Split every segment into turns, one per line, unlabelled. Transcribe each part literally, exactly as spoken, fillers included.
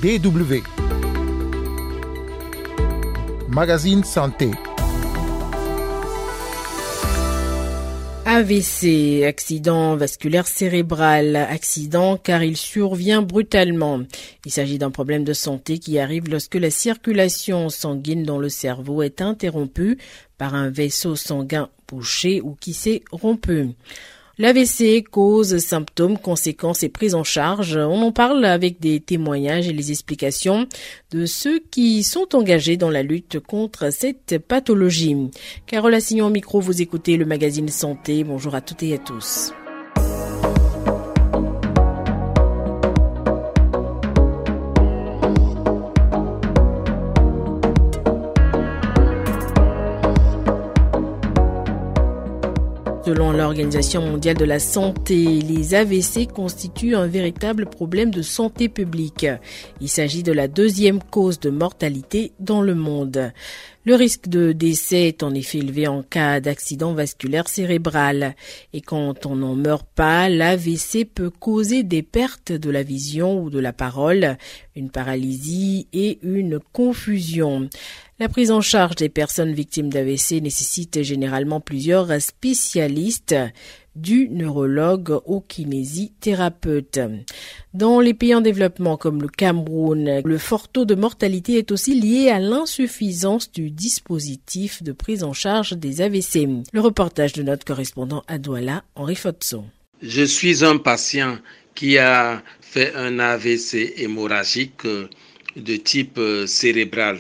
D W. Magazine Santé.
A V C, accident vasculaire cérébral, accident car il survient brutalement. Il s'agit d'un problème de santé qui arrive lorsque la circulation sanguine dans le cerveau est interrompue par un vaisseau sanguin bouché ou qui s'est rompu. L'A V C, cause, symptômes, conséquences et prise en charge. On en parle avec des témoignages et les explications de ceux qui sont engagés dans la lutte contre cette pathologie. Carole Assignon au micro, vous écoutez le magazine Santé. Bonjour à toutes et à tous. Selon l'Organisation mondiale de la santé, les A V C constituent un véritable problème de santé publique. Il s'agit de la deuxième cause de mortalité dans le monde. Le risque de décès est en effet élevé en cas d'accident vasculaire cérébral. Et quand on n'en meurt pas, l'A V C peut causer des pertes de la vision ou de la parole, une paralysie et une confusion. La prise en charge des personnes victimes d'A V C nécessite généralement plusieurs spécialistes, du neurologue au kinésithérapeute. Dans les pays en développement comme le Cameroun, le fort taux de mortalité est aussi lié à l'insuffisance du dispositif de prise en charge des A V C. Le reportage de notre correspondant à Douala, Henri Fotso.
Je suis un patient qui a fait un A V C hémorragique de type cérébral.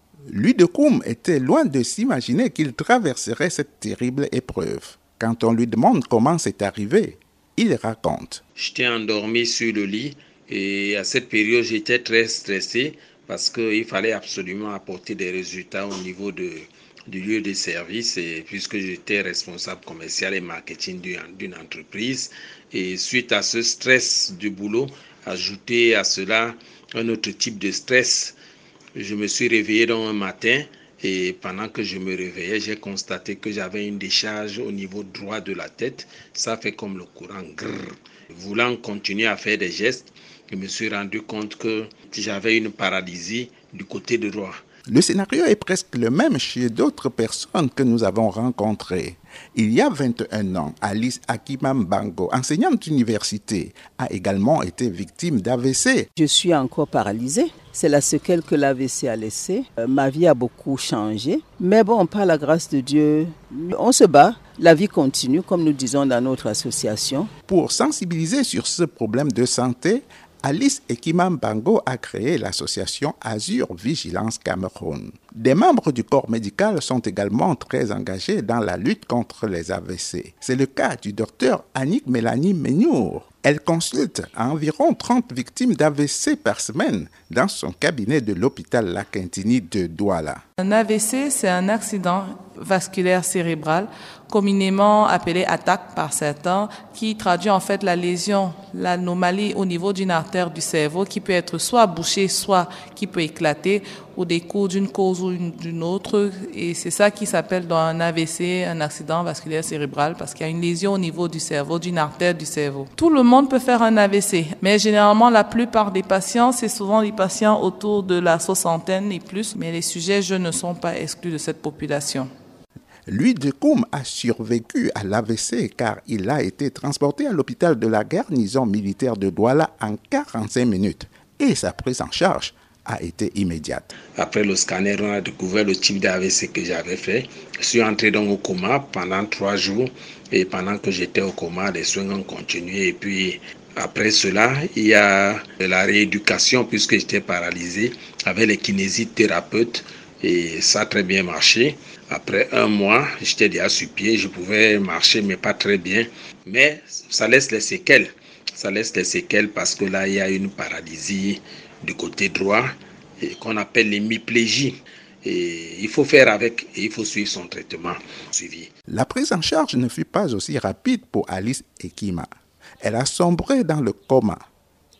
Ludekoum était loin de s'imaginer qu'il traverserait cette terrible épreuve. Quand on lui demande comment c'est arrivé, il raconte.
J'étais endormi sur le lit et à cette période, j'étais très stressé parce qu'il fallait absolument apporter des résultats au niveau de, du lieu de service et puisque j'étais responsable commercial et marketing d'une entreprise. Et suite à ce stress du boulot, ajouté à cela un autre type de stress, je me suis réveillé dans un matin et pendant que je me réveillais, j'ai constaté que j'avais une décharge au niveau droit de la tête. Ça fait comme le courant. Grrr. Voulant continuer à faire des gestes, je me suis rendu compte que j'avais une paralysie du côté droit.
Le scénario est presque le même chez d'autres personnes que nous avons rencontrées. Il y a vingt et un ans, Alice Akimambango, enseignante d'université, a également été victime d'A V C.
Je suis encore paralysée. C'est la séquelle que l'A V C a laissée. Euh, ma vie a beaucoup changé. Mais bon, par la grâce de Dieu, on se bat. La vie continue, comme nous disons dans notre association.
Pour sensibiliser sur ce problème de santé, Alice Ekimambango a créé l'association Azur Vigilance Cameroun. Des membres du corps médical sont également très engagés dans la lutte contre les A V C. C'est le cas du docteur Annick Mélanie Meniour. Elle consulte environ trente victimes d'A V C par semaine dans son cabinet de l'hôpital La Quintini de Douala.
Un A V C, c'est un accident vasculaire cérébral, communément appelé attaque par certains, qui traduit en fait la lésion, l'anomalie au niveau d'une artère du cerveau qui peut être soit bouchée, soit qui peut éclater au décours d'une cause ou une, d'une autre. Et c'est ça qui s'appelle dans un A V C, un accident vasculaire cérébral, parce qu'il y a une lésion au niveau du cerveau, d'une artère du cerveau. Tout le monde peut faire un A V C, mais généralement la plupart des patients, c'est souvent les patients autour de la soixantaine et plus, mais les sujets jeunes ne sont pas exclus de cette population.
Ludekoum a survécu à l'A V C car il a été transporté à l'hôpital de la garnison militaire de Douala en quarante-cinq minutes et sa prise en charge a été immédiate.
Après le scanner, on a découvert le type d'A V C que j'avais fait. Je suis entré donc au coma pendant trois jours et pendant que j'étais au coma, les soins ont continué et puis après cela, il y a la rééducation puisque j'étais paralysé avec les kinésithérapeutes et ça a très bien marché. Après un mois, j'étais déjà sur pied, je pouvais marcher mais pas très bien. Mais ça laisse les séquelles. Ça laisse les séquelles parce que là, il y a une paralysie du côté droit et qu'on appelle l'hémiplégie. Et il faut faire avec et il faut suivre son traitement suivi.
La prise en charge ne fut pas aussi rapide pour Alice Ekima. Elle a sombré dans le coma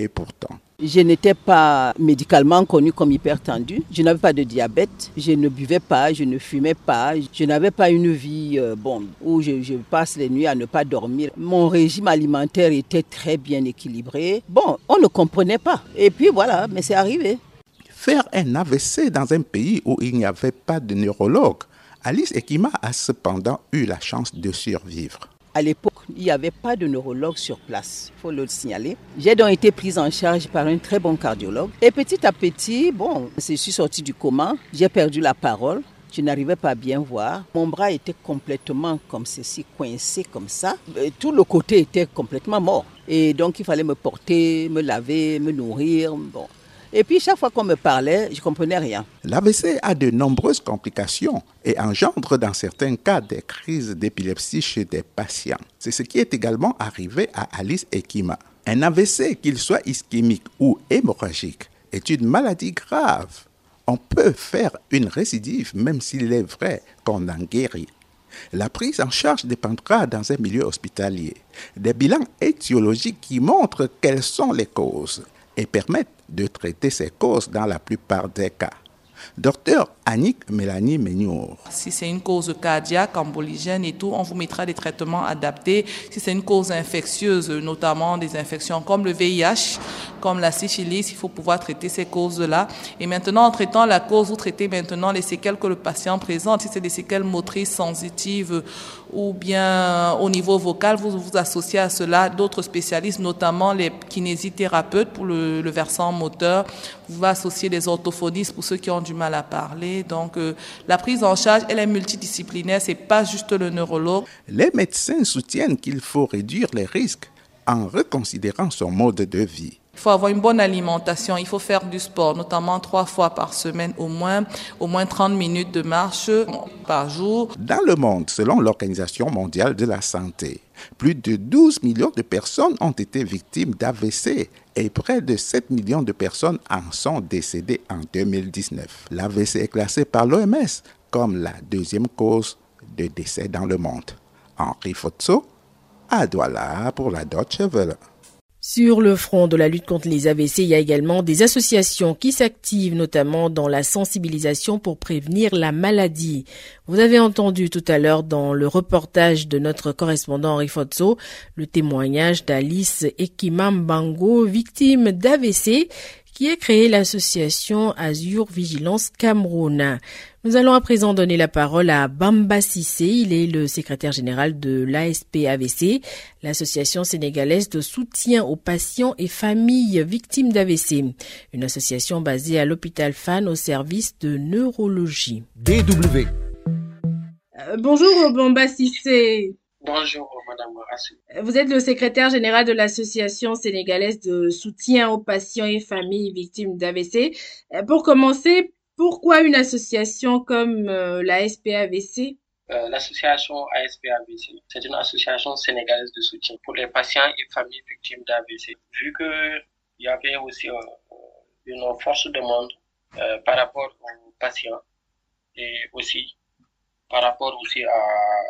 Et pourtant,
je n'étais pas médicalement connue comme hypertendue, je n'avais pas de diabète, je ne buvais pas, je ne fumais pas, je n'avais pas une vie euh, bon, où je, je passe les nuits à ne pas dormir. Mon régime alimentaire était très bien équilibré. Bon, on ne comprenait pas. Et puis voilà, mais c'est arrivé.
Faire un A V C dans un pays où il n'y avait pas de neurologue, Alice Ekima a cependant eu la chance de survivre.
À l'époque, il n'y avait pas de neurologue sur place, il faut le signaler. J'ai donc été prise en charge par un très bon cardiologue. Et petit à petit, bon, je suis sortie du coma, j'ai perdu la parole. Je n'arrivais pas à bien voir. Mon bras était complètement comme ceci, coincé comme ça. Et tout le côté était complètement mort. Et donc, il fallait me porter, me laver, me nourrir. Bon. Et puis, chaque fois qu'on me parlait, je ne comprenais rien.
L'A V C a de nombreuses complications et engendre dans certains cas des crises d'épilepsie chez des patients. C'est ce qui est également arrivé à Alice Ekima. Un A V C, qu'il soit ischémique ou hémorragique, est une maladie grave. On peut faire une récidive même s'il est vrai qu'on en guérit. La prise en charge dépendra dans un milieu hospitalier des bilans étiologiques qui montrent quelles sont les causes et permettent de traiter ces causes dans la plupart des cas. Docteur Annick Mélanie Méniour.
Si c'est une cause cardiaque, emboligène et tout, on vous mettra des traitements adaptés. Si c'est une cause infectieuse, notamment des infections comme le V I H, comme la syphilis, il faut pouvoir traiter ces causes-là. Et maintenant, en traitant la cause, vous traitez maintenant les séquelles que le patient présente. Si c'est des séquelles motrices, sensitives ou bien au niveau vocal, vous vous associez à cela d'autres spécialistes, notamment les kinésithérapeutes pour le, le versant moteur. Vous pouvez associer les orthophonistes pour ceux qui ont du mal à parler. Donc, euh, la prise en charge, elle est multidisciplinaire, c'est pas juste le neurologue.
Les médecins soutiennent qu'il faut réduire les risques en reconsidérant son mode de vie.
Il faut avoir une bonne alimentation, il faut faire du sport, notamment trois fois par semaine au moins, au moins trente minutes de marche par jour.
Dans le monde, selon l'Organisation mondiale de la santé, plus de douze millions de personnes ont été victimes d'A V C et près de sept millions de personnes en sont décédées en deux mille dix-neuf. L'A V C est classé par l'O M S comme la deuxième cause de décès dans le monde. Henri Fotso, à Douala pour la Deutsche Welle.
Sur le front de la lutte contre les A V C, il y a également des associations qui s'activent, notamment dans la sensibilisation pour prévenir la maladie. Vous avez entendu tout à l'heure dans le reportage de notre correspondant Henri Fotso le témoignage d'Alice Ekima Mbango, victime d'A V C, qui a créé l'association Azur Vigilance Cameroun. Nous allons à présent donner la parole à Bamba Sissé. Il est le secrétaire général de l'A S P A V C, l'association sénégalaise de soutien aux patients et familles victimes d'A V C. Une association basée à l'hôpital Fann au service de neurologie.
D W.
Euh, bonjour Bamba Sissé.
Bonjour, Madame Rassou.
Vous êtes le secrétaire général de l'Association sénégalaise de soutien aux patients et familles victimes d'A V C. Pour commencer, pourquoi une association comme euh, la S P A V C?
euh, L'association A S P A V C, c'est une association sénégalaise de soutien pour les patients et familles victimes d'A V C. Vu qu'il y avait aussi euh, une forte demande euh, par rapport aux patients et aussi par rapport aussi à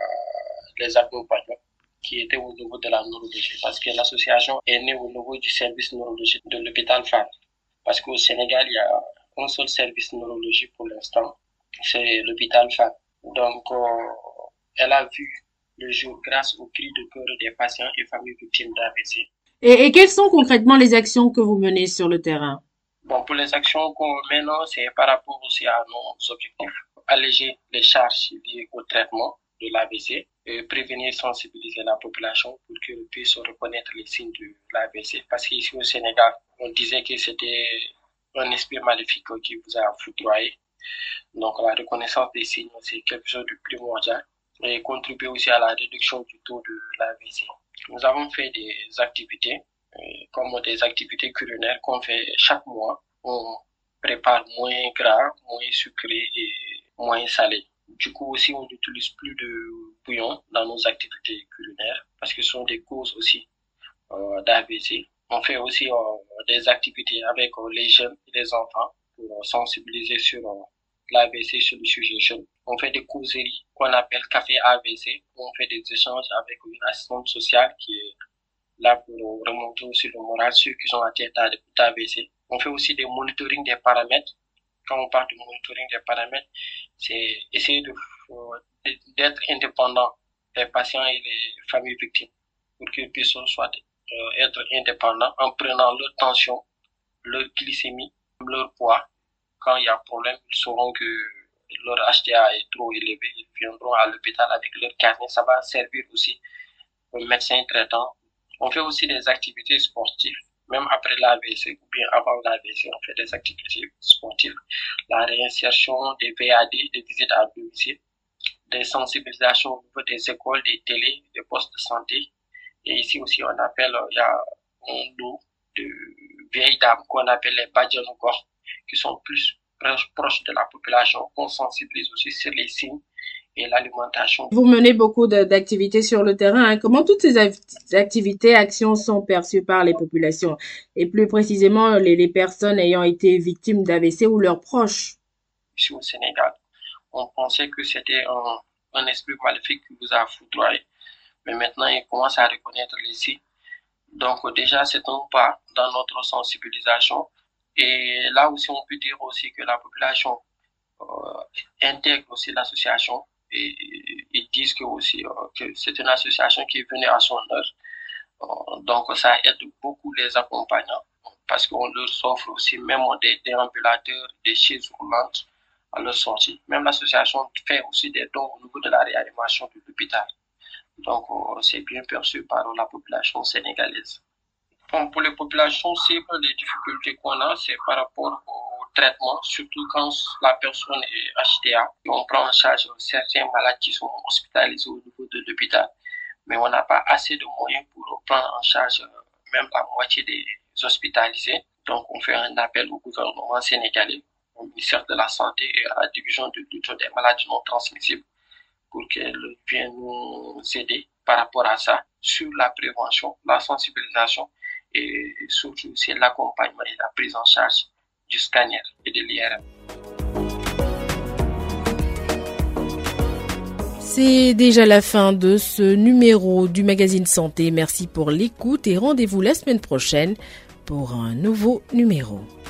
les accompagnants qui étaient au niveau de la neurologie, parce que l'association est née au niveau du service neurologique de l'hôpital Fann. Parce qu'au Sénégal, il y a un seul service neurologie pour l'instant, c'est l'hôpital Fann. Donc, euh, elle a vu le jour grâce au cri de cœur des patients et familles victimes d'A V C.
Et, et quelles sont concrètement les actions que vous menez sur le terrain?
Bon, pour les actions qu'on mène, c'est par rapport aussi à nos objectifs. Alléger les charges liées au traitement de l'A V C, et prévenir, sensibiliser la population pour qu'elle puisse reconnaître les signes de l'A V C. Parce qu'ici au Sénégal, on disait que c'était un esprit maléfique qui vous a foudroyé. Donc la reconnaissance des signes, c'est quelque chose de primordial et contribuer aussi à la réduction du taux de l'A V C. Nous avons fait des activités, comme des activités culinaires qu'on fait chaque mois. On prépare moins gras, moins sucré et moins salé. Du coup aussi, on n'utilise plus de bouillon dans nos activités culinaires parce que ce sont des causes aussi euh, d'A V C. On fait aussi euh, des activités avec euh, les jeunes et les enfants pour euh, sensibiliser sur euh, l'A V C, sur le sujet jeune. On fait des causeries qu'on appelle café A V C. On fait des échanges avec une assistante sociale qui est là pour remonter aussi le moral, ceux qui sont atteints d'A V C. On fait aussi des monitoring des paramètres. Quand on parle de monitoring des paramètres, c'est essayer de, d'être indépendant des patients et des familles victimes pour qu'ils puissent soit être indépendants en prenant leur tension, leur glycémie, leur poids. Quand il y a problème, ils sauront que leur H T A est trop élevé, ils viendront à l'hôpital avec leur carnet. Ça va servir aussi aux médecins traitants. On fait aussi des activités sportives, même après l'A V C ou bien avant l'A V C, on fait des activités sportives. La réinsertion, des V A D, des visites à domicile, des sensibilisations au niveau des écoles, des télés, des postes de santé. Et ici aussi, on appelle, il y a un lot de vieilles dames qu'on appelle les Badjanogor, qui sont plus proches de la population, qu'on sensibilise aussi sur les signes et l'alimentation.
Vous menez beaucoup de, d'activités sur le terrain. Hein. Comment toutes ces activités, actions sont perçues par les populations et plus précisément les, les personnes ayant été victimes d'A V C ou leurs proches?
Ici au Sénégal, on pensait que c'était un, un esprit maléfique qui vous a foudroyé, mais maintenant il commence à reconnaître les signes. Donc déjà, c'est un pas dans notre sensibilisation. Et là aussi, on peut dire aussi que la population euh, intègre aussi l'association et ils disent que aussi euh, que c'est une association qui est venue à son heure. Euh, donc ça aide beaucoup les accompagnants parce qu'on leur offre aussi même des déambulateurs, des chaises roulantes à leur sortie. Même l'association fait aussi des dons au niveau de la réanimation de l'hôpital. Donc euh, c'est bien perçu par la population sénégalaise. Bon, pour les populations cibles, les difficultés qu'on a, c'est par rapport au traitement, surtout quand la personne est H T A. On prend en charge certains malades qui sont hospitalisés au niveau de l'hôpital, mais on n'a pas assez de moyens pour prendre en charge même la moitié des hospitalisés. Donc, on fait un appel au gouvernement sénégalais, au ministère de la Santé et à la division de lutte des maladies non transmissibles pour qu'elle vienne nous aider par rapport à ça, sur la prévention, la sensibilisation, et surtout c'est l'accompagnement et la prise en charge du scanner et de l'I R M.
C'est déjà la fin de ce numéro du magazine Santé. Merci pour l'écoute et rendez-vous la semaine prochaine pour un nouveau numéro.